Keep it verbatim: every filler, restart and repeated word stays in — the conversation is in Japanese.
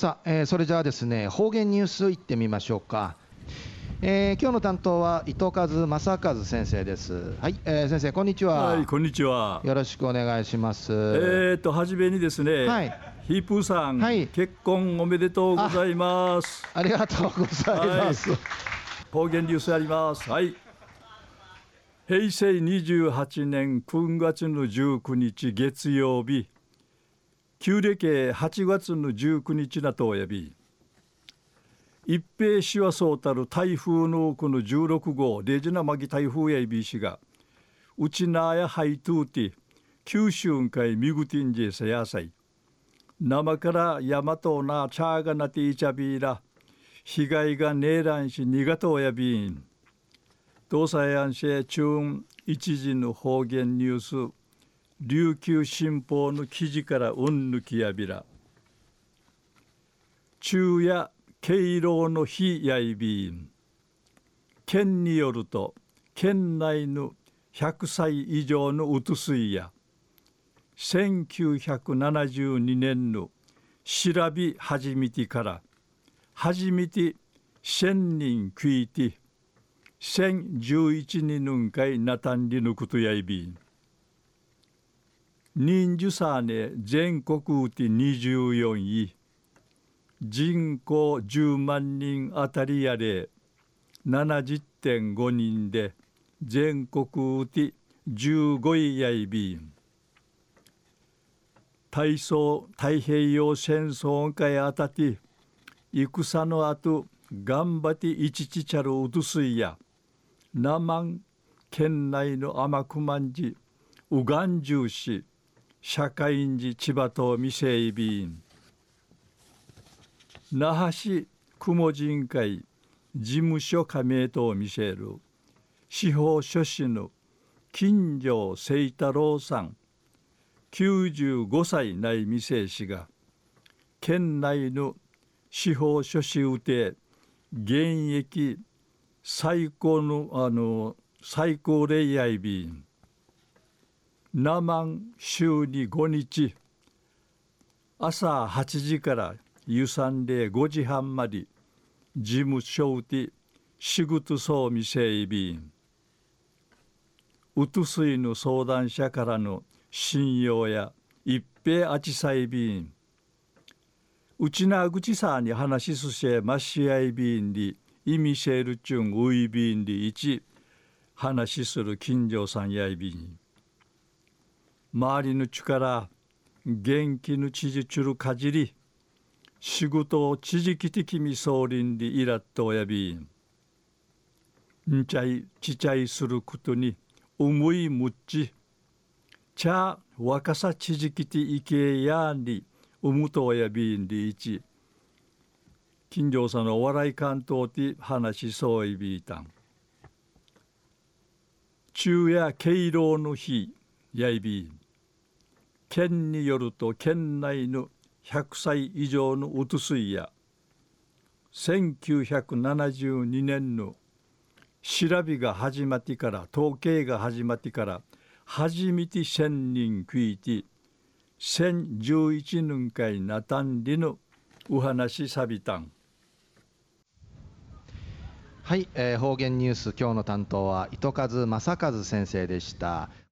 さあ、えーそれじゃあですね、方言ニュースいってみましょうか。えー今日の担当は糸数正和先生です。はい、えー先生こんにちはい、 は。 こんにちは。 よろしくお願いします。 えーと、はじめにですね、 はいヒープーさん、 はい結婚おめでとうございます。 ありがとうございはい、 ます。 方言ニュースあります。はい。平成にじゅうはちねんくがつのじゅうくにち月曜日、旧暦はちがつのじゅうくにちなとおやび、一平しわそうたる台風の奥のじゅうろくごう、レジナマギ台風やいびしが、うちなやはいとうて、九州んかいみぐてんじえさやさい。生から山となチャーがなていちゃびら、被害がねえらんしにがとうやびん。東西安市中一時の方言ニュース、琉球新報の記事からうんぬきやびら。昼夜敬老の日やいびん。県によると、県内のひゃくさい以上のうつすいや、せんきゅうひゃくななじゅうにねんの調べ始めてから、初めてせんにん食いて、せんじゅういちにんのかいなたんりぬくとやいびん。人数さね全国うてにじゅうよんい、人口じゅうまんにんあたりやれ、ななじゅってんごにんで、全国うてじゅうごいやいびん。大層太平洋戦争かやあたって戦のあと頑張っていちちちゃるうとすいやなまん県内の甘くまんじうがんじゅうし社会人じ千葉とみせいびん那覇市雲人会事務所加盟と見せる司法書士の金城清太郎さんきゅうじゅうごさいない未成氏が県内の司法書士うて現役最高のあの最高齢やいびんなまん週にごにち朝はちじから夕飯でごじはんまで事務所うて仕事そうみせいびんうとすいの相談者からの信用や一平あちさいびんうちなぐちさに話しすせましあいびんり意味せるちゅんういびんりいち話しする金城さんやいびん周りの力元気のちじちゅるかじり仕事をちじきてきみそうりんりいらっとおやびんんちゃいちちゃいすることに思いむっちちゃ若さちじきていけやんりうむとおやびんりいち金城さんのお笑い関東て話しそういびいたん昼夜敬老の日やいびん県によると県内のひゃくさい以上のうつすいやせんきゅうひゃくななじゅうにねんの調べが始まってから統計が始まってから初めてせんにん食いてせんじゅういちねんかいなたんりのお話さびたんはい、えー方言ニュース今日の担当は糸数正和先生でした。